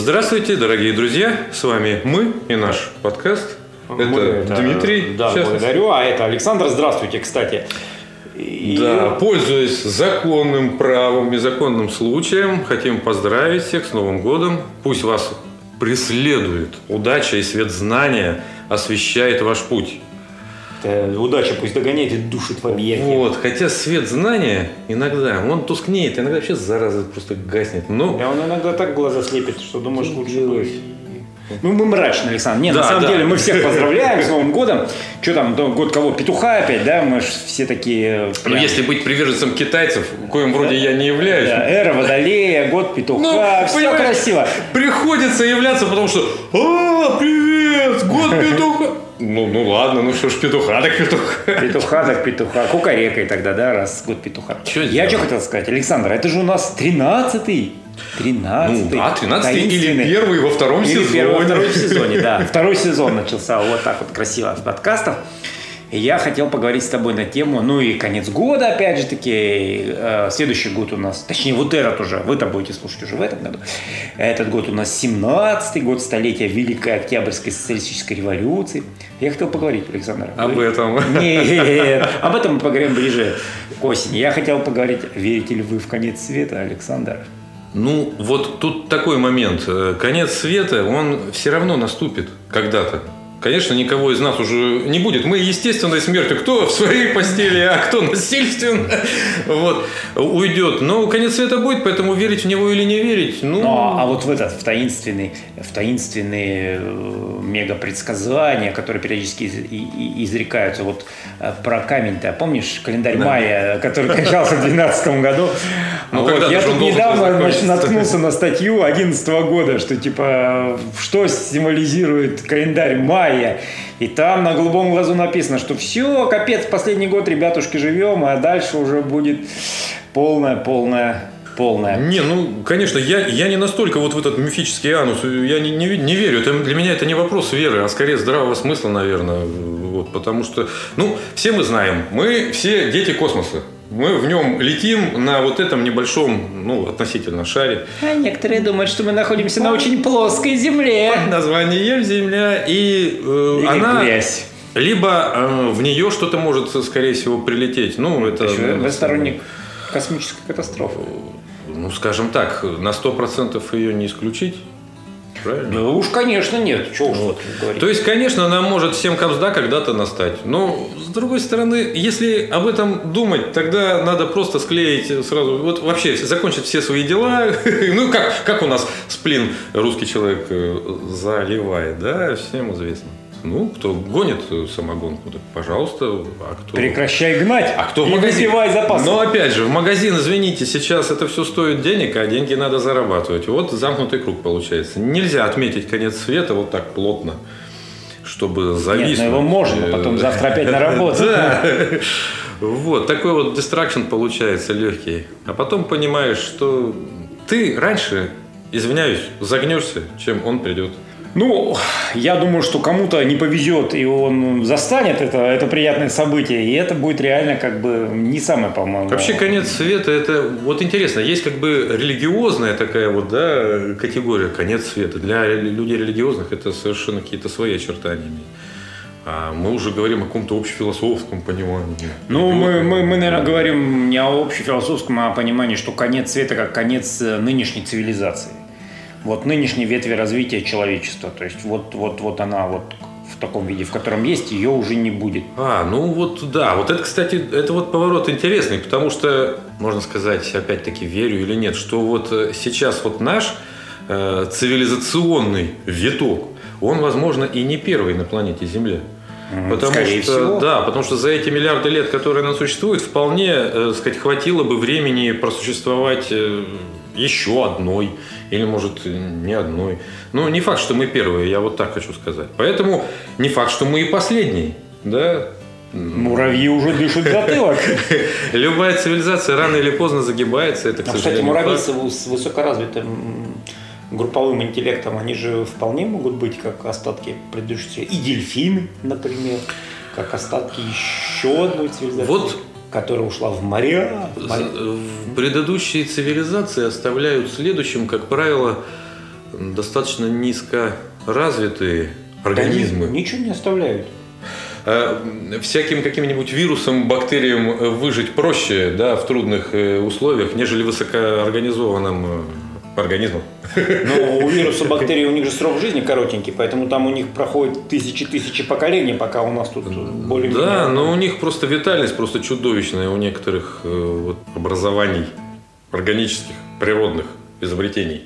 Здравствуйте, дорогие друзья, с вами мы и наш подкаст. Это Дмитрий. Да, благодарю. А это Александр. Здравствуйте, кстати. Да, пользуясь законным правом и законным случаем, хотим поздравить всех с Новым годом. Пусть вас преследует удача и свет знания освещает ваш путь. Удача пусть догоняет и душит в объятиях. Вот, хотя свет знания иногда, он тускнеет, иногда вообще зараза просто гаснет. Но... Да, он иногда так глаза слепит, что думаешь, лучше бы... Ну, мы мрачные, Александр. Нет, да, на самом деле мы всех поздравляем с Новым годом. Что там, год кого? Петуха опять, да? Мы же все такие... Ну, если быть приверженцем китайцев, коим вроде я не являюсь. Да, эра Водолея, год Петуха, все красиво. Приходится являться, потому что привет, год Петуха. Ну ладно, ну что ж, петуха так петуха. Петуха так петуха. Кукарекой тогда, да, раз год Петуха. Я что хотел сказать, Александр, это же у нас 13-й. 13-й. Ну да, 13-й или первый во втором сезоне. Или первый во втором сезоне, да. Второй сезон начался вот так вот красиво с подкастов. И я хотел поговорить с тобой на тему, ну и конец года, опять же таки, следующий год у нас, точнее вот этот уже, вы-то будете слушать уже в этом году. Этот год у нас 17-й год столетия Великой Октябрьской социалистической революции. Я хотел поговорить, Александр. Об этом? Нет, об этом мы поговорим ближе к осени. Я хотел поговорить, верите ли вы в конец света, Александр? Ну, вот тут такой момент. Конец света, он все равно наступит когда-то. Конечно, никого из нас уже не будет. Мы естественной смертью. Кто в своей постели, а кто насильственно уйдет. Но конец света будет, поэтому верить в него или не верить. А вот в этот, в таинственные мега-предсказания, которые периодически изрекаются. Вот про камень-то, помнишь, календарь майя, который кончался в 2012 году? Я тут недавно наткнулся на статью 2011 года, что типа, что символизирует календарь майя. И там на голубом глазу написано, что все, капец, последний год, ребятушки, живем, а дальше уже будет полная. Не, ну, конечно, я не настолько вот в этот мифический анус, я не верю. Для меня это не вопрос веры, а скорее здравого смысла, наверное. Вот, потому что, все мы знаем, мы все дети космоса. Мы в нем летим на вот этом небольшом, относительно шаре. А некоторые думают, что мы находимся на очень плоской Земле. Под названием Земля. И она... грязь. Либо в нее что-то может, скорее всего, прилететь. Вы сторонник космической катастрофы? Скажем так, на 100% ее не исключить. Правильно? Да уж, конечно, нет. Чего уж говорить. То есть, конечно, она может всем кабзда когда-то настать. Но, с другой стороны, если об этом думать, тогда надо просто склеить сразу, вот вообще закончить все свои дела. Как у нас сплин русский человек заливает, да, всем известно. Кто гонит самогонку, так пожалуйста. А кто... Прекращай гнать, а кто и выпивай запасы. Но опять же, в магазин, извините, сейчас это все стоит денег, а деньги надо зарабатывать. Вот замкнутый круг получается. Нельзя отметить конец света вот так плотно, чтобы зависнуть. Нет, его можно, потом завтра опять на работу. Да. Вот, такой вот дистракшн получается легкий. А потом понимаешь, что ты раньше, извиняюсь, загнешься, чем он придет. Я думаю, что кому-то не повезет, и он застанет это приятное событие, и это будет реально не самое, по-моему. Вообще конец света, это вот интересно, есть религиозная такая категория конец света. Для людей религиозных это совершенно какие-то свои очертания. А мы уже говорим о каком-то общефилософском понимании. Мы, наверное, говорим не о общефилософском, а о понимании, что конец света как конец нынешней цивилизации. Вот нынешней ветви развития человечества. То есть вот она в таком виде, в котором есть, ее уже не будет. Да. Вот это, кстати, это поворот интересный, потому что, можно сказать, опять-таки, верю или нет, что вот сейчас наш цивилизационный виток, он, возможно, и не первый на планете Земля. Скорее всего. Да, потому что за эти миллиарды лет, которые она существует, вполне, хватило бы времени просуществовать еще одной, или, может, не одной. Не факт, что мы первые, я вот так хочу сказать. Поэтому не факт, что мы и последние, да. Муравьи уже дышат в затылок. Любая цивилизация рано или поздно загибается. Это, кстати, муравьи с высокоразвитым групповым интеллектом, они же вполне могут быть как остатки предыдущей. И дельфины, например, как остатки еще одной цивилизации. Которая ушла в моря. Предыдущие цивилизации оставляют следующим, как правило, достаточно низко развитые организмы. Да ничего не оставляют. Всяким каким-нибудь вирусом, бактериям выжить проще, да, в трудных условиях, нежели высокоорганизованным организмом. Но у вируса, бактерий, у них же срок жизни коротенький, поэтому там у них проходит тысячи поколений, пока у нас тут более-менее... Да, но у них просто витальность просто чудовищная у некоторых образований органических, природных изобретений.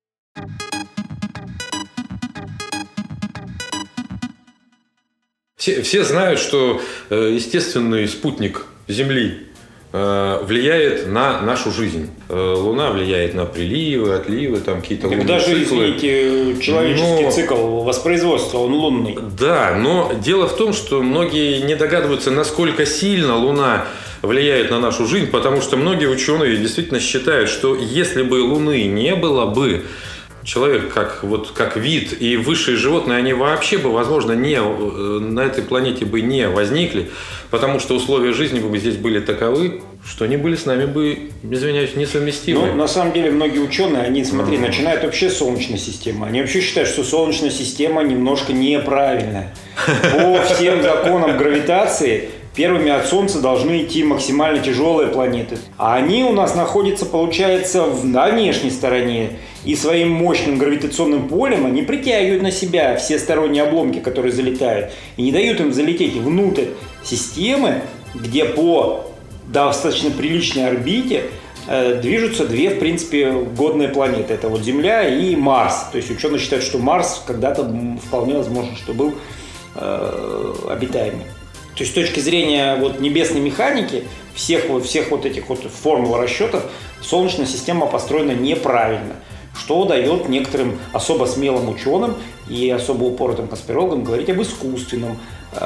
Все знают, что естественный спутник Земли влияет на нашу жизнь. Луна влияет на приливы, отливы, там какие-то лунные циклы. Даже, извините, человеческий цикл воспроизводства, он лунный. Да, но дело в том, что многие не догадываются, насколько сильно Луна влияет на нашу жизнь, потому что многие ученые действительно считают, что если бы Луны не было бы, человек как вид и высшие животные, они вообще бы, возможно, на этой планете бы не возникли, потому что условия жизни бы здесь были таковы, что они были с нами бы, извиняюсь, несовместимы. Ну, на самом деле, многие ученые, они, смотри, начинают вообще с Солнечной системы. Они вообще считают, что Солнечная система немножко неправильная. По всем законам гравитации первыми от Солнца должны идти максимально тяжелые планеты. А они у нас находятся, получается, на внешней стороне. И своим мощным гравитационным полем они притягивают на себя все сторонние обломки, которые залетают. И не дают им залететь внутрь системы, где по достаточно приличной орбите движутся две, в принципе, годные планеты. Это вот Земля и Марс. То есть ученые считают, что Марс когда-то вполне возможно, что был обитаемый. То есть с точки зрения небесной механики, всех этих формул расчетов, Солнечная система построена неправильно, что дает некоторым особо смелым ученым и особо упоротым конспирологам говорить об искусственном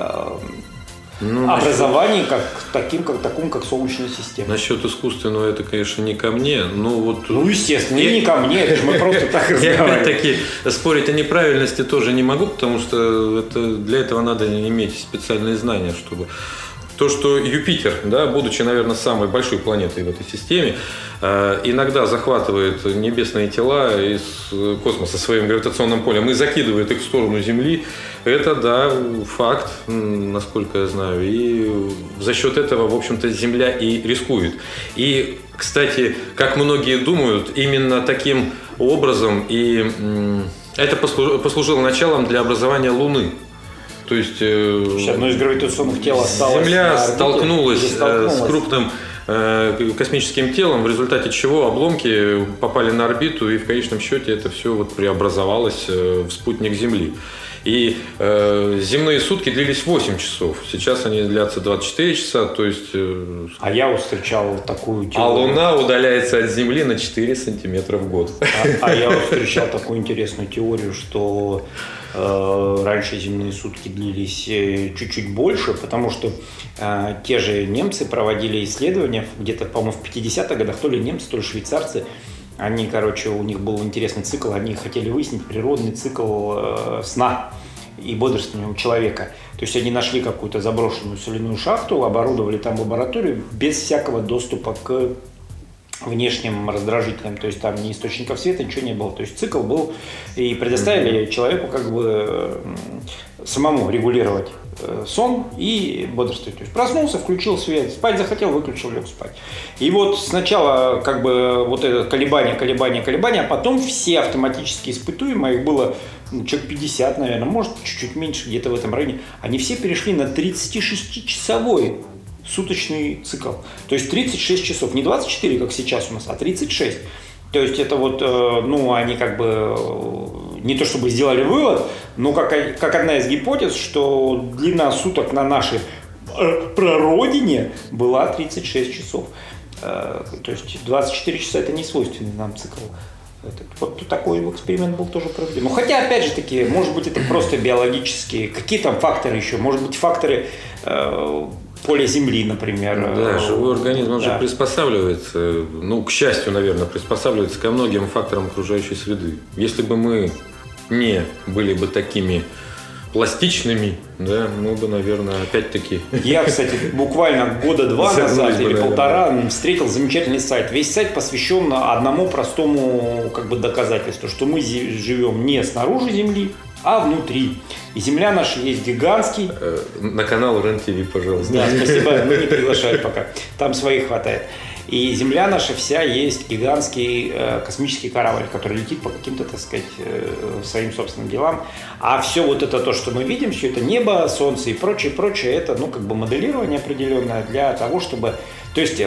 образовании, как Солнечная система. Насчет искусственного это, конечно, не ко мне, но естественно, не ко мне, это же мы просто так разговариваем. Я опять-таки спорить о неправильности тоже не могу, потому что для этого надо иметь специальные знания, чтобы... То, что Юпитер, да, будучи, наверное, самой большой планетой в этой системе, иногда захватывает небесные тела из космоса своим гравитационным полем и закидывает их в сторону Земли, это, да, факт, насколько я знаю. И за счет этого, в общем-то, Земля и рискует. И, кстати, как многие думают, именно таким образом и это послужило началом для образования Луны. То есть одно из гравитационных тел осталось. Земля столкнулась с крупным космическим телом, в результате чего обломки попали на орбиту, и в конечном счете это все преобразовалось в спутник Земли. И земные сутки длились 8 часов. Сейчас они длятся 24 часа. То есть, а я встречал такую теорию. А Луна удаляется от Земли на 4 сантиметра в год. А я встречал такую интересную теорию, что раньше земные сутки длились чуть-чуть больше, потому что те же немцы проводили исследования где-то, по-моему, в 50-х годах, то ли немцы, то ли швейцарцы. Они, у них был интересный цикл, они хотели выяснить природный цикл сна и бодрствования у человека. То есть они нашли какую-то заброшенную соляную шахту, оборудовали там лабораторию без всякого доступа к внешним раздражителям, то есть там ни источников света, ничего не было. То есть цикл был, и предоставили человеку самому регулировать сон и бодрствовать. То есть проснулся, включил свет, спать захотел, выключил, лег спать. И сначала это колебание, а потом все автоматически испытуемые, их было человек 50, наверное, может чуть-чуть меньше, где-то в этом районе, они все перешли на 36-часовой суточный цикл. То есть 36 часов. Не 24, как сейчас у нас, а 36. То есть это они не то чтобы сделали вывод, но как одна из гипотез, что длина суток на нашей прародине была 36 часов. То есть 24 часа это не свойственный нам цикл. Такой эксперимент был тоже проведен. Но хотя, опять же таки, может быть, это просто биологические. Какие там факторы еще? Может быть, факторы поля Земли, например. Да, живой организм, он же приспосабливается, к счастью, наверное, приспосабливается ко многим факторам окружающей среды. Если бы мы не были бы такими пластичными, да, мы бы, наверное, опять-таки... Я, кстати, буквально года 2 назад или полтора встретил замечательный сайт. Весь сайт посвящен одному простому как бы доказательству, что мы живем не снаружи Земли, а внутри. И Земля наша есть гигантский. На канал РЕН-ТВ, пожалуйста. Да, спасибо, но не приглашают пока. Там своих хватает. И Земля наша вся есть гигантский космический корабль, который летит по каким-то, так сказать, своим собственным делам. А все вот это то, что мы видим, все это небо, солнце и прочее, это, ну, как бы моделирование определенное для того, чтобы... То есть,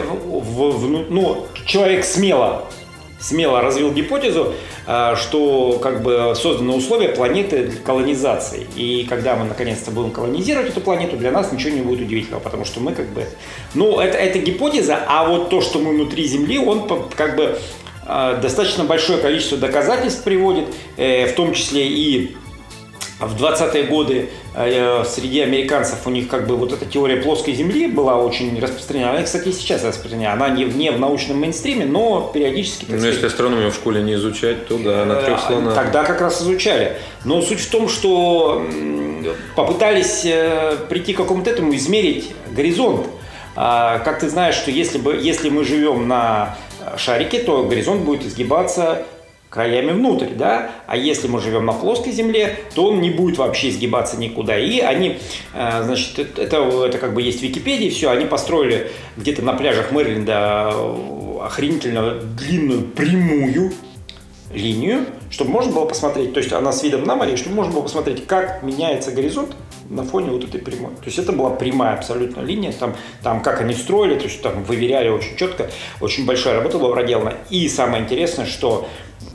человек смело развил гипотезу, что как бы созданы условия планеты для колонизации. И когда мы наконец-то будем колонизировать эту планету, для нас ничего не будет удивительного, потому что мы как бы... Ну, это гипотеза, а вот то, что мы внутри Земли, он как бы достаточно большое количество доказательств приводит, в том числе и в 20-е годы среди американцев у них как бы вот эта теория плоской Земли была очень распространена. Она, кстати, и сейчас распространена. Она не в научном мейнстриме, но периодически... Но если астрономию в школе не изучать, то да, на 3 слонах. Тогда как раз изучали. Но суть в том, что попытались прийти к какому-то этому, измерить горизонт. Как ты знаешь, что если мы живем на шарике, то горизонт будет изгибаться краями внутрь, да, а если мы живем на плоской Земле, то он не будет вообще изгибаться никуда. И они, значит, это как бы есть в Википедии, все, они построили где-то на пляжах Мэриленда охренительно длинную прямую линию, чтобы можно было посмотреть, то есть она с видом на море, чтобы можно было посмотреть, как меняется горизонт на фоне вот этой прямой. То есть это была прямая абсолютно линия, там как они строили, то есть там выверяли очень четко, очень большая работа была проделана. И самое интересное, что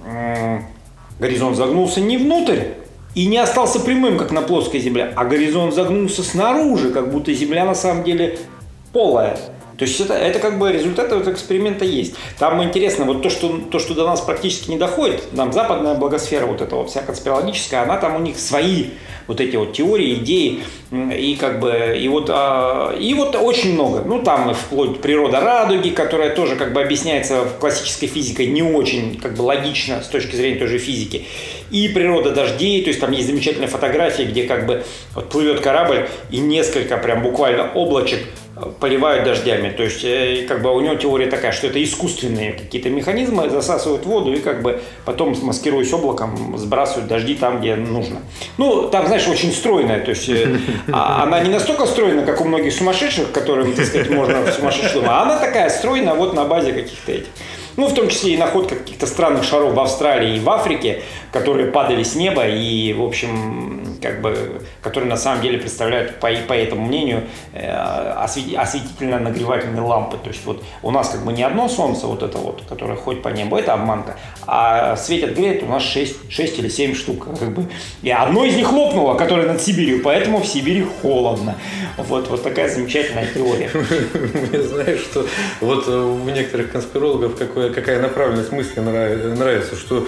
горизонт загнулся не внутрь и не остался прямым, как на плоской Земле, а горизонт загнулся снаружи, как будто Земля на самом деле полая. То есть это как бы результат этого эксперимента есть. Там интересно, вот то, что до нас практически не доходит, нам западная благосфера, вот эта вот вся конспирологическая, она там у них свои вот эти вот теории, идеи, и как бы, и вот очень много. Ну, там и вплоть природа радуги, которая тоже как бы объясняется классической физикой не очень как бы логично с точки зрения той же физики. И природа дождей, то есть там есть замечательные фотографии, где как бы вот плывет корабль и несколько прям буквально облачек поливают дождями. То есть как бы у него теория такая, что это искусственные какие-то механизмы, засасывают воду и как бы потом, маскируясь облаком, сбрасывают дожди там, где нужно. Ну, там, знаешь, очень стройная, то есть она не настолько стройная, как у многих сумасшедших, которым, так сказать, можно в сумасшедшем, а она такая стройная вот на базе каких-то этих. Ну, в том числе и находка каких-то странных шаров в Австралии и в Африке, которые падали с неба и, в общем, как бы, которые на самом деле представляют, по этому мнению, осветительно-нагревательные лампы. То есть вот у нас как бы не одно солнце, вот это вот, которое ходит по небу, это обманка, а светят, греет у нас 6 или 7 штук. Как бы. И одно из них лопнуло, которое над Сибирью, поэтому в Сибири холодно. Вот такая замечательная теория. Мне знаешь, что вот у некоторых конспирологов какая направленность мысли нравится, что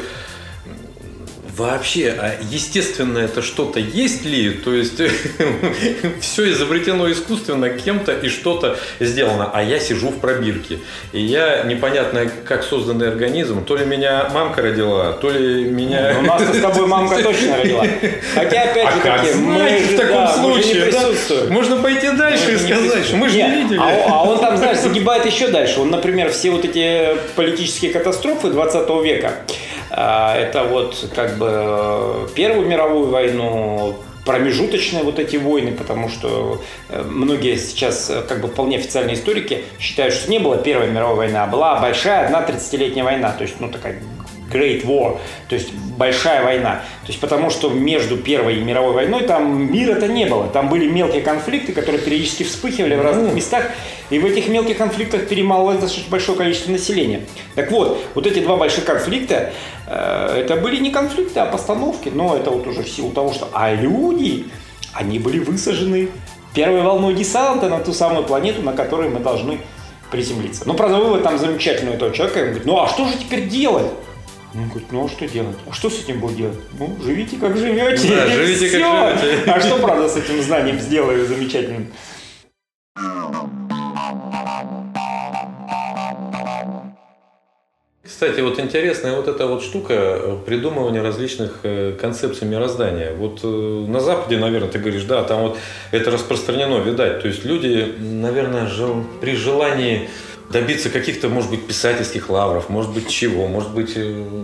вообще, а естественно это что-то есть ли? То есть все изобретено искусственно кем-то и что-то сделано, а я сижу в пробирке. И я непонятно, как созданный организм, то ли меня мамка родила, то ли меня... У нас с тобой мамка точно родила. Хотя опять же таки, мы в таком случае можно пойти дальше и сказать, мы же не видели. А он там, знаешь, загибает еще дальше. Он, например, все вот эти политические катастрофы 20 века, это вот как бы Первую мировую войну, промежуточные вот эти войны, потому что многие сейчас как бы вполне официальные историки считают, что не было Первой мировой войны, а была большая одна 30-летняя война, то есть ну такая Great War, то есть большая война. То есть потому что между Первой мировой войной там мира-то не было. Там были мелкие конфликты, которые периодически вспыхивали в разных местах, и в этих мелких конфликтах перемалывалось достаточно большое количество населения. Так вот эти два больших конфликта, это были не конфликты, а постановки, но это вот уже в силу того, что... А люди, они были высажены первой волной десанта на ту самую планету, на которой мы должны приземлиться. Ну, правда, вывод там замечательный у этого человека. Он говорит, ну а что же теперь делать? Он говорит, ну а что делать? А что с этим будет делать? Ну, живите как живете. Да, живите как живете. А что, правда, с этим знанием сделаю замечательным? Кстати, вот интересная вот эта вот штука придумывания различных концепций мироздания. Вот на Западе, наверное, ты говоришь, да, там вот это распространено, видать. То есть люди, наверное, при желании добиться каких-то, может быть, писательских лавров, может быть, чего, может быть,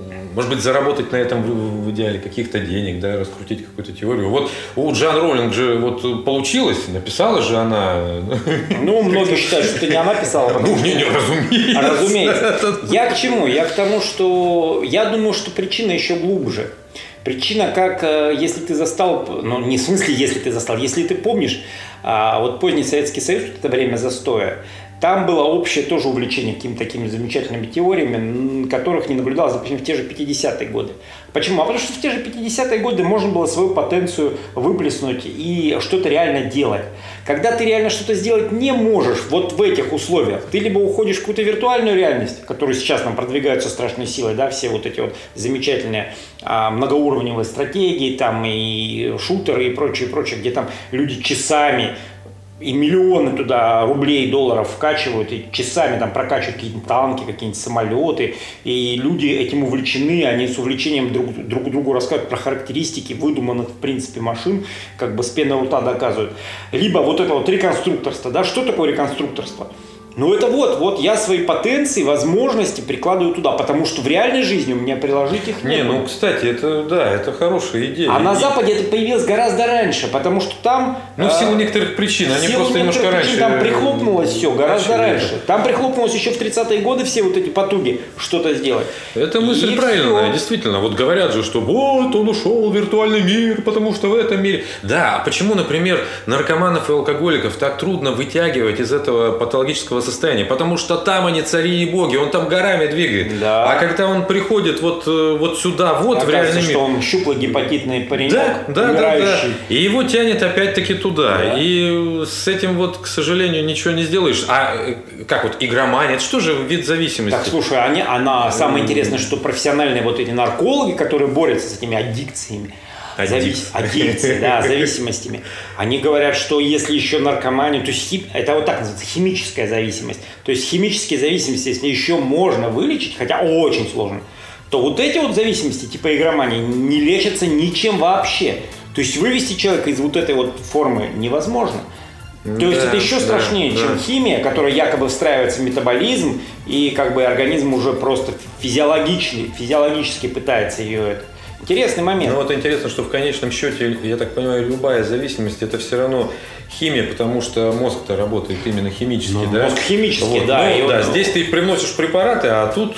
заработать на этом в идеале каких-то денег, да, раскрутить какую-то теорию. Вот у Джоан Роулинг же вот получилось, написала же она. Ну, многие считают, что это не она писала. Ну, не, разумеется. Разумеется. Я к чему? Я к тому, что я думаю, что причина еще глубже. Причина, как если ты застал, ну не в смысле, если ты застал, если ты помнишь, вот поздний Советский Союз, это время застоя, там было общее тоже увлечение какими-то такими замечательными теориями, которых не наблюдалось, допустим, в те же 50-е годы. Почему? Потому что в те же 50-е годы можно было свою потенцию выплеснуть и что-то реально делать. Когда ты реально что-то сделать не можешь вот в этих условиях, ты либо уходишь в какую-то виртуальную реальность, которую сейчас нам продвигаются страшной силой, да, все вот эти вот замечательные многоуровневые стратегии, там и шутеры и прочее, где там люди часами и миллионы туда рублей, долларов вкачивают, и часами там прокачивают какие-то танки, какие-нибудь самолеты, и люди этим увлечены, они с увлечением друг другу рассказывают про характеристики выдуманных, в принципе, машин, как бы с пены у рта доказывают. Либо вот это вот реконструкторство, да, что такое реконструкторство? Ну это вот я свои потенции, возможности прикладываю туда, потому что в реальной жизни у меня приложить их нет. Ну, кстати, это хорошая идея. А на Западе это появилось гораздо раньше, потому что там... Ну, в силу некоторых причин, они просто немножко раньше... Там прихлопнулось все гораздо раньше. Там прихлопнулось еще в 30-е годы все вот эти потуги что-то сделать. Это мысль правильная, действительно. Вот говорят же, что вот он ушел в виртуальный мир, потому что в этом мире... Да, а почему, например, наркоманов и алкоголиков так трудно вытягивать из этого патологического состояние, потому что там они цари и боги, он там горами двигает. Да. А когда он приходит вот сюда, вот в реальный мир, что он щуплый гепатитный паренек, да. И его тянет опять-таки туда. Да. И с этим вот, к сожалению, ничего не сделаешь. А как вот игромания, это что же вид зависимости? Так, слушай, самое интересное, что профессиональные вот эти наркологи, которые борются с этими аддикциями, аддикции, да, зависимостями. Они говорят, что если еще наркоманию, то есть это вот так называется химическая зависимость. То есть химические зависимости, если еще можно вылечить, хотя очень сложно, то вот эти вот зависимости типа игромании не лечатся ничем вообще. То есть вывести человека из вот этой вот формы невозможно. То есть это еще страшнее, чем химия, которая якобы встраивается в метаболизм, и как бы организм уже просто физиологически пытается ее... Интересный момент. Ну вот интересно, что в конечном счете, я так понимаю, любая зависимость это все равно химия, потому что мозг-то работает именно химически, да? Мозг химический, вот. да. Ну, да, здесь ты приносишь препараты, а тут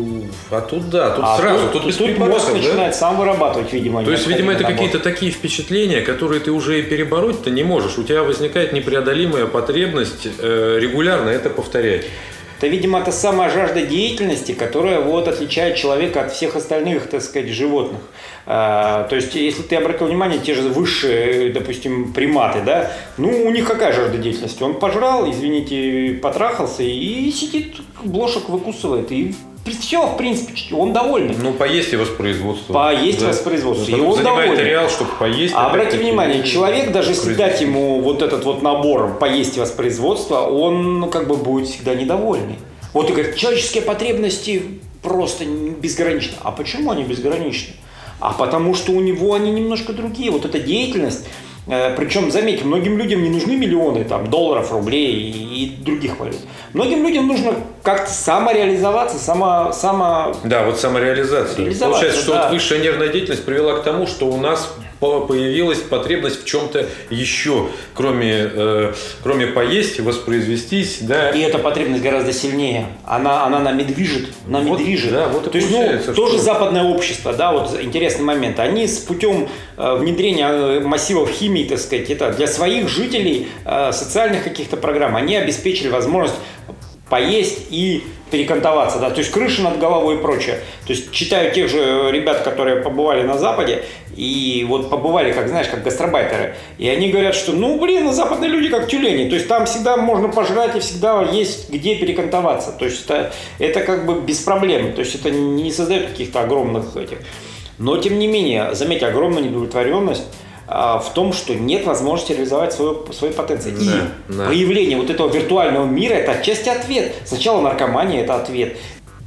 сразу, тут без препаратов, мозг начинает сам вырабатывать, видимо. То есть, видимо, это какие-то такие впечатления, которые ты уже и перебороть-то не можешь. У тебя возникает непреодолимая потребность регулярно это повторять. Это, видимо, та самая жажда деятельности, которая вот отличает человека от всех остальных, так сказать, животных. То есть, если ты обратил внимание, те же высшие, допустим, приматы, да, ну, у них какая жажда деятельности? Он пожрал, извините, потрахался и сидит, блошек выкусывает, и все, в принципе, он довольный. Ну, поесть и воспроизводство. Воспроизводство. И он занимает довольный. ареал, чтобы поесть. Обрати внимание, человек, даже если дать ему вот этот вот набор поесть и воспроизводство, он как бы будет всегда недовольный. Вот и говорят, человеческие потребности просто безграничны. А почему они безграничны? А потому что у него они немножко другие. Вот эта деятельность, причем, заметьте, многим людям не нужны миллионы там, долларов, рублей и других валют. Многим людям нужно как-то самореализоваться, Да, вот самореализация. Получается, что вот высшая нервная деятельность привела к тому, что у нас появилась потребность в чем-то еще, кроме поесть, воспроизвестись. Да. И эта потребность гораздо сильнее. Она нами движет. Да, вот то есть, тоже западное общество, да, вот интересный момент. Они с путем внедрения массивов химии, так сказать, это для своих жителей социальных каких-то программ, они обеспечили возможность поесть и перекантоваться, да, то есть крыша над головой и прочее. То есть читаю тех же ребят, которые побывали на Западе, и вот побывали, как знаешь, как гастробайтеры, и они говорят, что, западные люди как тюлени, то есть там всегда можно пожрать и всегда есть где перекантоваться, то есть это как бы без проблем, то есть это не создает каких-то огромных этих. Но тем не менее, заметьте, огромная недовлетворенность в том, что нет возможности реализовать свои потенции. И появление вот этого виртуального мира – это отчасти ответ. Сначала наркомания – это ответ.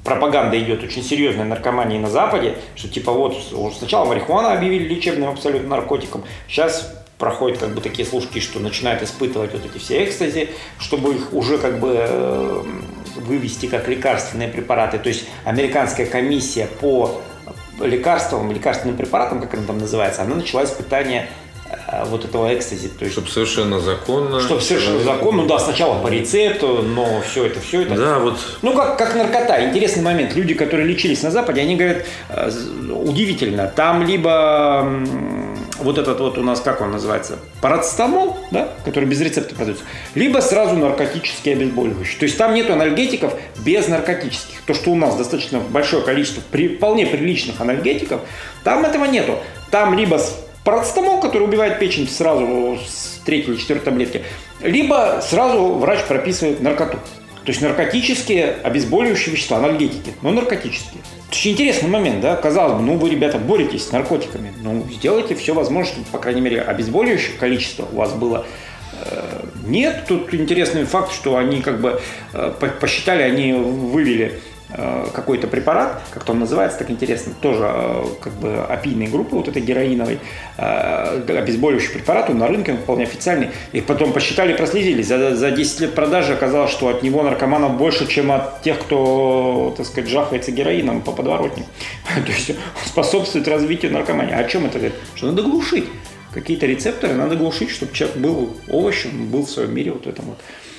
пропаганда идет очень серьезная наркомании на Западе, что типа вот сначала марихуану объявили лечебным абсолютно наркотиком, сейчас проходят как бы такие слушки, что начинают испытывать вот эти все экстази, чтобы их уже как бы вывести как лекарственные препараты. То есть американская комиссия по лекарственным препаратам, как она там называется, она начала испытание вот этого экстази. То есть, чтобы совершенно законно. Чтобы совершенно законно, ну да, сначала по рецепту, но все это. Да, вот. Ну, как наркота. Интересный момент. Люди, которые лечились на Западе, они говорят, удивительно, там либо вот этот вот у нас, как он называется, парацетамол, да, который без рецепта продается, либо сразу наркотические обезболивающие. То есть там нету анальгетиков без наркотических. То, что у нас достаточно большое количество вполне приличных анальгетиков, там этого нету. Там либо парацетамол, который убивает печень сразу с 3-й или 4-й таблетки, либо сразу врач прописывает наркоту. То есть наркотические обезболивающие вещества, анальгетики, но наркотические. Очень интересный момент, да? Казалось бы, ну вы, ребята, боретесь с наркотиками, ну сделайте все возможное, чтобы, по крайней мере, обезболивающее количество у вас было. Нет, тут интересный факт, что они как бы посчитали, они вывели какой-то препарат, как он называется, так интересно, тоже как бы опийной группы, вот этой героиновой, обезболивающий препарат, он на рынке, он вполне официальный. И потом посчитали, проследили. За 10 лет продажи оказалось, что от него наркоманов больше, чем от тех, кто, так сказать, жахается героином по подворотне. То есть он способствует развитию наркомании. О чем это говорит? Что надо глушить. Какие-то рецепторы надо глушить, чтобы человек был овощем, был в своем мире вот этом вот.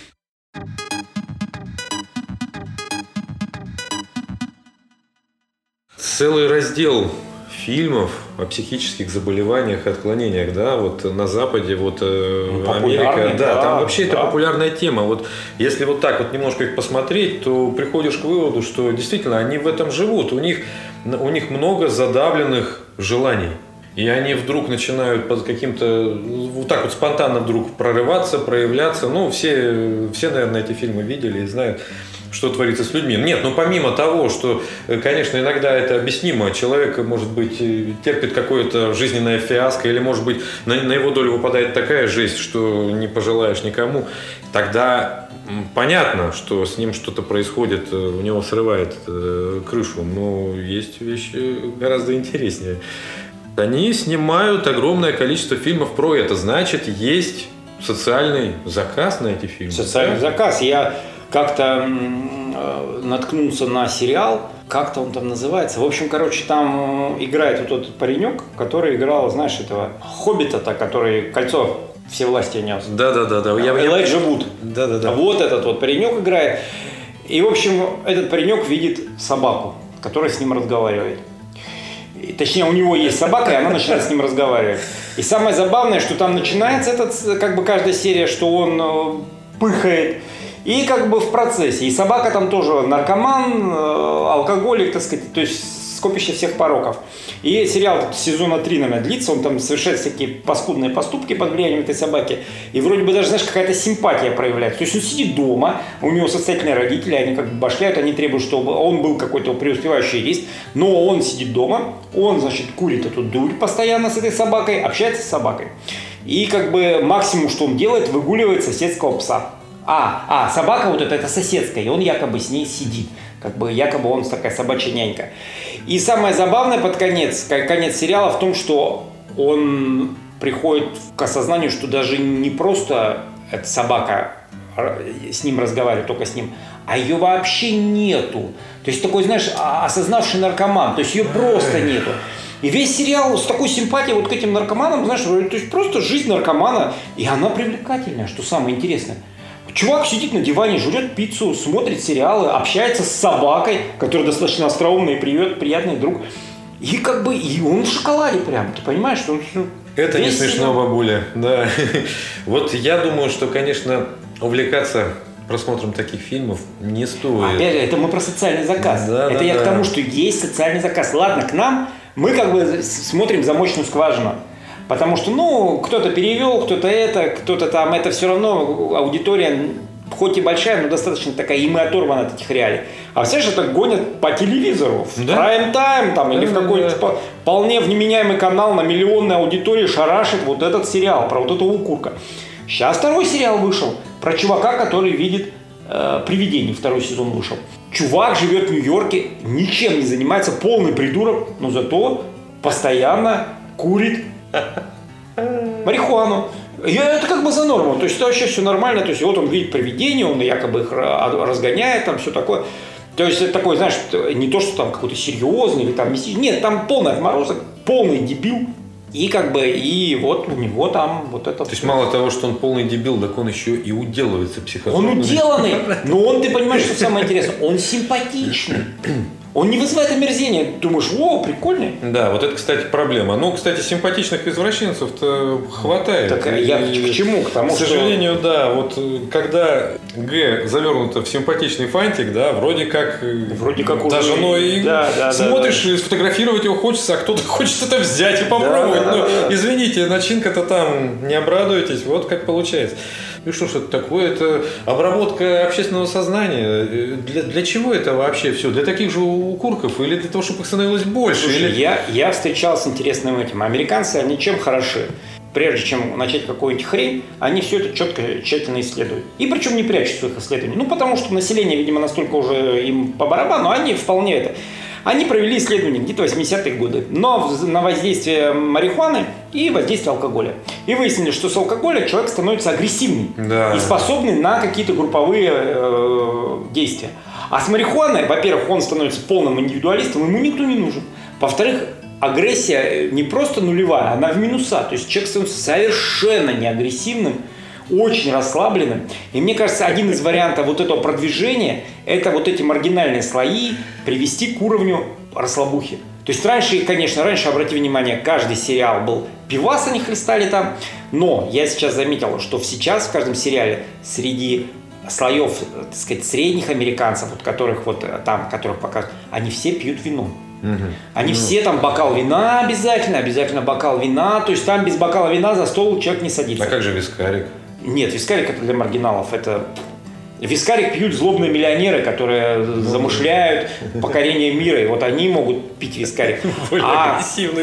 Целый раздел фильмов о психических заболеваниях и отклонениях, да, вот на Западе, вот Америка, да, там вообще это популярная тема. Вот если вот так вот немножко их посмотреть, то приходишь к выводу, что действительно они в этом живут, у них много задавленных желаний. И они вдруг начинают под каким-то, вот так вот спонтанно вдруг прорываться, проявляться. Ну, все, наверное, эти фильмы видели и знают, что творится с людьми. Нет, ну помимо того, что, конечно, иногда это объяснимо. Человек, может быть, терпит какое-то жизненное фиаско, или, может быть, на его долю выпадает такая жизнь, что не пожелаешь никому. Тогда понятно, что с ним что-то происходит, у него срывает крышу. Но есть вещи гораздо интереснее. Они снимают огромное количество фильмов про это. Значит, есть социальный заказ на эти фильмы. Социальный заказ. Я как-то наткнулся на сериал, как-то он там называется. В общем, короче, там играет вот тот паренек, который играл, знаешь, этого Хоббита-то, который кольцо всевластия нес. Да. Элайджа Вуд. Да. Вот этот вот паренек играет. И, в общем, этот паренек видит собаку, которая с ним разговаривает. Точнее, у него есть собака, и она начинает с ним разговаривать. И самое забавное, что там начинается как бы каждая серия, что он пыхает. И как бы в процессе. И собака там тоже наркоман, алкоголик, так сказать, то есть скопище всех пороков. И сериал сезона 3, наверное, длится, он там совершает всякие паскудные поступки под влиянием этой собаки. И вроде бы даже, знаешь, какая-то симпатия проявляется. То есть он сидит дома, у него состоятельные родители, они как бы башляют, они требуют, чтобы он был какой-то преуспевающий юрист, но он сидит дома, он, значит, курит эту дурь постоянно с этой собакой, общается с собакой. И как бы максимум, что он делает, выгуливает соседского пса. Собака вот это соседская, и он якобы с ней сидит. Как бы якобы он такая собачья нянька. И самое забавное под конец сериала в том, что он приходит к осознанию, что даже не просто эта собака с ним разговаривает, только с ним, а ее вообще нету. То есть такой, знаешь, осознавший наркоман, то есть ее просто нету. И весь сериал с такой симпатией вот к этим наркоманам, знаешь, то есть просто жизнь наркомана, и она привлекательная, что самое интересное. Чувак сидит на диване, жрет пиццу, смотрит сериалы, общается с собакой, которая достаточно остроумный, приятный друг. И как бы и он в шоколаде прям, ты понимаешь, что он... Это не смешно, бабуля, да. Вот я думаю, что, конечно, увлекаться просмотром таких фильмов не стоит. Опять же, это мы про социальный заказ. Это я к тому, что есть социальный заказ. Ладно, к нам мы как бы смотрим замочную скважину. Потому что, кто-то перевел, кто-то там, это все равно аудитория, хоть и большая, но достаточно такая, и мы оторваны от этих реалий. А все же так гонят по телевизору, в прайм-тайм там, или в какой-нибудь вполне вменяемый канал на миллионной аудитории шарашит вот этот сериал про вот этого укурка. Сейчас второй сериал вышел про чувака, который видит «Привидений», второй сезон вышел. Чувак живет в Нью-Йорке, ничем не занимается, полный придурок, но зато постоянно курит марихуану. И это как бы за норму, то есть это вообще все нормально, то есть вот он видит привидения, он якобы их разгоняет, там все такое. То есть это такой, знаешь, не то, что там какой-то серьезный или там мистический, нет, там полный отморозок, полный дебил. И как бы, и вот у него там вот это... То есть мало того, что он полный дебил, так он еще и уделывается психозой. Он уделанный, но он, ты понимаешь, что самое интересное, он симпатичный. Он не вызывает омерзения. Думаешь, о, прикольный. Да, вот это, кстати, проблема. Ну, кстати, симпатичных извращенцев-то хватает. Так я к чему? К тому, к сожалению, да, вот когда Г завернуто в симпатичный фантик, да, вроде как даже уже... смотришь, и сфотографировать его хочется, а кто-то хочет это взять и попробовать. Извините, начинка-то там, не обрадуйтесь, вот как получается. И что ж это такое? Это обработка общественного сознания. Для чего это вообще все? Для таких же укурков или для того, чтобы их становилось больше? Слушай, я встречался с интересным этим. Американцы, они чем хороши? Прежде чем начать какую-нибудь хрень, они все это четко, тщательно исследуют. И причем не прячут своих исследований. Ну, потому что население, видимо, настолько уже им по барабану, они вполне это... Они провели исследования где-то 80-е годы, но на воздействие марихуаны и воздействие алкоголя. И выяснили, что с алкоголя человек становится агрессивный и способный на какие-то групповые действия. А с марихуаной, во-первых, он становится полным индивидуалистом, ему никто не нужен. Во-вторых, агрессия не просто нулевая, она в минуса. То есть человек становится совершенно неагрессивным, очень расслабленным. И мне кажется, один из вариантов вот этого продвижения – это вот эти маргинальные слои привести к уровню расслабухи. То есть раньше, обрати внимание, каждый сериал был пивас, они хлестали там. Но я сейчас заметил, что сейчас в каждом сериале среди слоев, так сказать, средних американцев, которых показывают, они все пьют вино. Они все там бокал вина обязательно бокал вина. То есть там без бокала вина за стол человек не садится. А как же вискарик? Нет, вискарик это для маргиналов. Это вискарик пьют злобные миллионеры, которые замышляют покорение мира. И вот они могут пить вискарик. А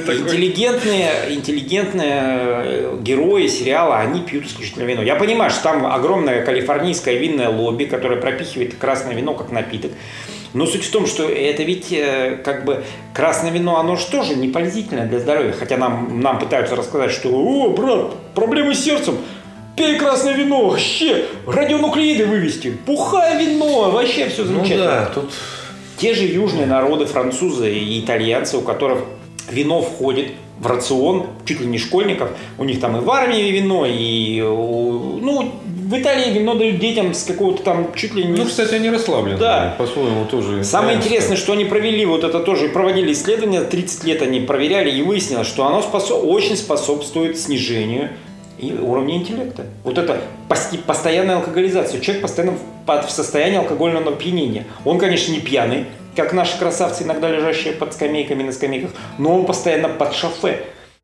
интеллигентные герои сериала, они пьют исключительно вино. Я понимаю, что там огромное калифорнийское винное лобби, которое пропихивает красное вино как напиток. Но суть в том, что это ведь как бы красное вино, оно же тоже не полезительное для здоровья. Хотя нам пытаются рассказать, что «О, брат, проблемы с сердцем, пей красное вино, вообще, радионуклеиды вывести, пухай вино, вообще все замечательно». Ну да, тут... Те же южные народы, французы и итальянцы, у которых вино входит в рацион чуть ли не школьников, у них там и в армии вино, и в Италии вино дают детям с какого-то там чуть ли не... Ну, кстати, они расслаблены. Да. По-своему тоже. Самое интересное, что они провели, проводили исследования, 30 лет они проверяли, и выяснилось, что оно очень способствует снижению уровня интеллекта. Вот это постоянная алкоголизация. Человек постоянно в состоянии алкогольного опьянения. Он, конечно, не пьяный, как наши красавцы, иногда лежащие под скамейками на скамейках, но он постоянно под шофе.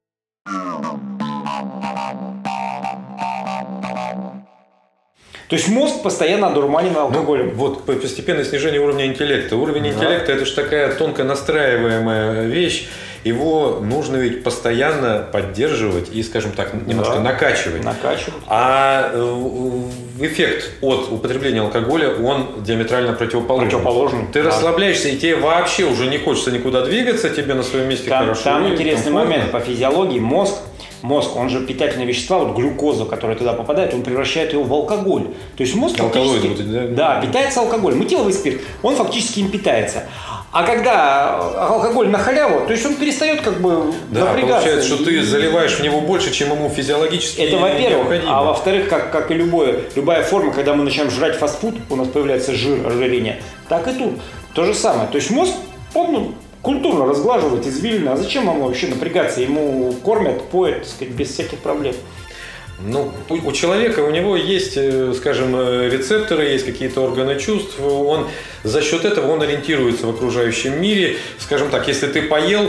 То есть мозг постоянно одурманен алкоголем. Вот постепенное снижение уровня интеллекта. Уровень интеллекта – это же такая тонко настраиваемая вещь. Его нужно ведь постоянно поддерживать и, скажем так, немножко накачивать. А эффект от употребления алкоголя, он диаметрально противоположен. Ты расслабляешься, и тебе вообще уже не хочется никуда двигаться, тебе на своем месте хорошо. Там интересный момент по физиологии. Мозг, он же питательные вещества, вот глюкоза, которая туда попадает, он превращает его в алкоголь. То есть мозг фактически питается алкоголем. Этиловый спирт, он фактически им питается. А когда алкоголь на халяву, то есть он перестает как бы напрягаться. Получается, что ты заливаешь в него больше, чем ему физиологически это, во-первых. А во-вторых, как и любая форма, когда мы начинаем жрать фастфуд, у нас появляется ожирение. Так и тут. То же самое. То есть мозг, он культурно разглаживает извилины. А зачем ему вообще напрягаться? Ему кормят, поят, так сказать, без всяких проблем. Ну, у человека, у него есть, скажем, рецепторы, есть какие-то органы чувств. За счет этого он ориентируется в окружающем мире. Скажем так, если ты поел,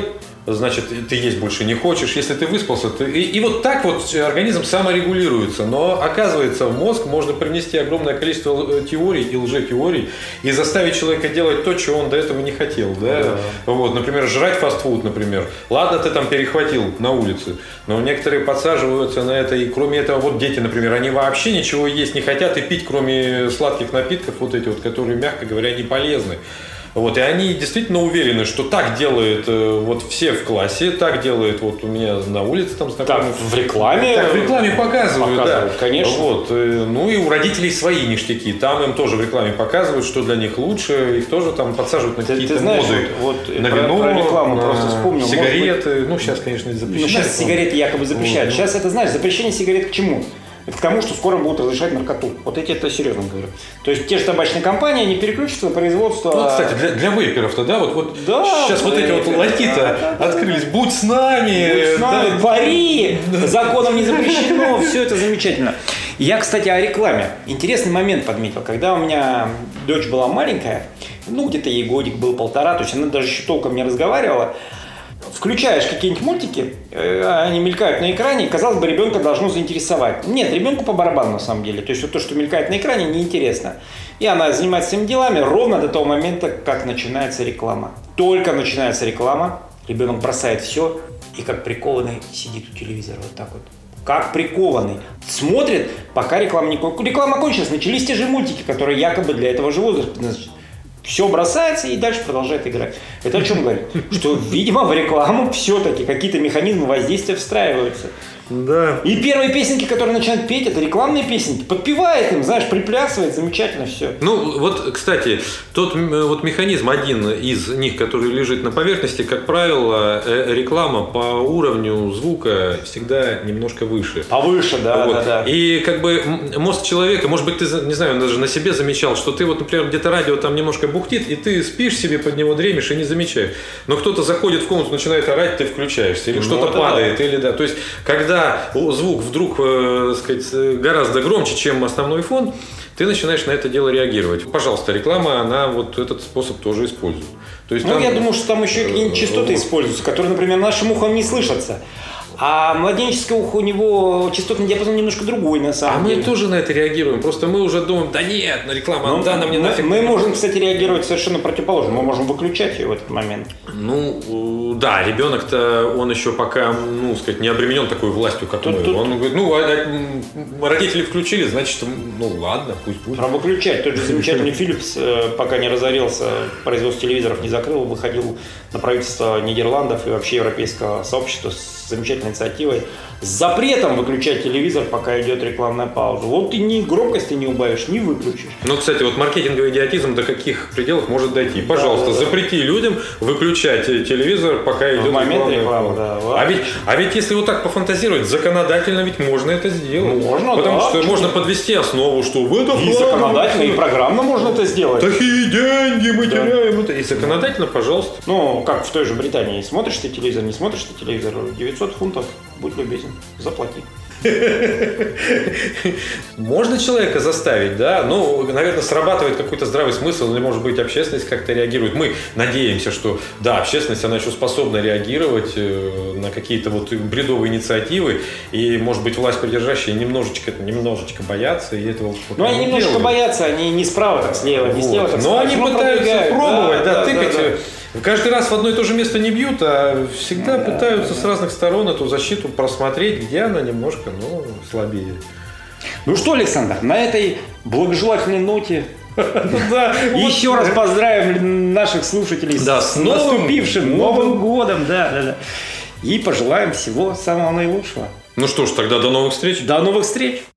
значит, ты есть больше не хочешь. Если ты выспался, и вот так вот организм саморегулируется. Но оказывается, в мозг можно привнести огромное количество теорий и лжетеорий и заставить человека делать то, чего он до этого не хотел. Да? Вот, например, жрать фастфуд, например. Ладно, ты там перехватил на улице, но некоторые подсаживаются на это. И кроме этого, вот дети, например, они вообще ничего есть не хотят и пить, кроме сладких напитков, вот эти вот, которые, мягко говоря, не полезны. Вот, и они действительно уверены, что так делают вот все в классе, так делают вот у меня на улице там знакомые. Так в рекламе? Так в рекламе показывают, да. Конечно. Вот, ну и у родителей свои ништяки. Там им тоже в рекламе показывают, что для них лучше. Их тоже там подсаживают на какие-то моды. Вот на вино, про рекламу просто вспомнил. Сигареты. Ну, сейчас, конечно, запрещают. Ну, сейчас сигареты якобы запрещают. Сейчас это, знаешь, запрещение сигарет к чему? Это к тому, что скоро будут разрешать наркоту. Вот эти это серьезно говорю. То есть те же табачные компании, они переключатся на производство... Ну, кстати, для вейперов-то, да? Вот да, сейчас вот эти вот ларьки-то открылись. Будь с нами! Будь с нами, вари! Законом не запрещено, все это замечательно. Я, кстати, о рекламе. Интересный момент подметил. Когда у меня дочь была маленькая, ну, где-то ей годик был, 1,5, то есть она даже еще толком не разговаривала, включаешь какие-нибудь мультики, они мелькают на экране, и, казалось бы, ребенка должно заинтересовать. Нет, ребенку по барабану на самом деле. То есть вот то, что мелькает на экране, неинтересно. И она занимается своими делами ровно до того момента, как начинается реклама. Только начинается реклама, ребенок бросает все и как прикованный сидит у телевизора вот так вот. Как прикованный. Смотрит, пока реклама не кончилась. Реклама кончилась, начались те же мультики, которые якобы для этого же возраста. Все бросается и дальше продолжает играть. Это о чем говорит? Что, видимо, в рекламу все-таки какие-то механизмы воздействия встраиваются. Да. И первые песенки, которые начинают петь, это рекламные песенки. Подпевает им, знаешь, приплясывает, замечательно все. Ну, вот, кстати, тот вот механизм, один из них, который лежит на поверхности, как правило, реклама по уровню звука всегда немножко выше. Повыше, да, вот. да. И как бы мозг человека, может быть, ты, не знаю, даже на себе замечал, что ты вот, например, где-то радио там немножко бухтит, и ты спишь себе под него, дремишь и не замечаешь. Но кто-то заходит в комнату, начинает орать, ты включаешься, или что-то падает, или да. То есть, когда звук вдруг, сказать, гораздо громче, чем основной фон, ты начинаешь на это дело реагировать. Пожалуйста, реклама, она вот этот способ тоже использует. То есть, я думаю, что там еще и какие-нибудь частоты используются, которые, например, нашим ухом не слышатся. А младенческое ухо, у него частотный диапазон немножко другой, на самом деле. А мы тоже на это реагируем. Просто мы уже думаем, да нет, реклама, да, нам не нафиг. Мы можем, кстати, реагировать совершенно противоположно. Мы можем выключать ее в этот момент. Ну, да, ребенок-то, он еще пока, ну, сказать, не обременен такой властью, как мы. Он говорит, родители включили, значит, ну, ладно, пусть будет. А выключать. Тот же замечательный Philips, пока не разорился, производство телевизоров не закрыл, выходил на правительство Нидерландов и вообще европейского сообщества с замечательной инициативой с запретом выключать телевизор, пока идет рекламная пауза. Вот ты ни громкости не убавишь, не выключишь. Ну, кстати, вот маркетинговый идиотизм до каких пределов может дойти? Пожалуйста, запрети людям выключать телевизор, пока идет рекламная пауза. А ведь если вот так пофантазировать, законодательно ведь можно это сделать. Можно, потому что можно подвести основу, что в этом и законодательно, и программно можно это сделать. Такие деньги мы теряем. И законодательно, пожалуйста. Ну, как в той же Британии. Смотришь ты телевизор, не смотришь ты телевизор, 900 фунтов, будь любезен, заплати. Можно человека заставить, да, ну, наверное, срабатывает какой-то здравый смысл, или, может быть, общественность как-то реагирует. Мы надеемся, что, да, общественность, она еще способна реагировать на какие-то вот бредовые инициативы, и, может быть, власть придержащие немножечко боятся, и этого вот, они немножко делают. Боятся, они не справа, так слева, не слева, так но они пытаются пробовать, тыкать. Каждый раз в одно и то же место не бьют, а всегда пытаются с разных сторон эту защиту просмотреть, где она немножко, слабее. Ну что, Александр, на этой благожелательной ноте еще раз поздравим наших слушателей с наступившим Новым годом. И пожелаем всего самого наилучшего. Ну что ж, тогда до новых встреч. До новых встреч.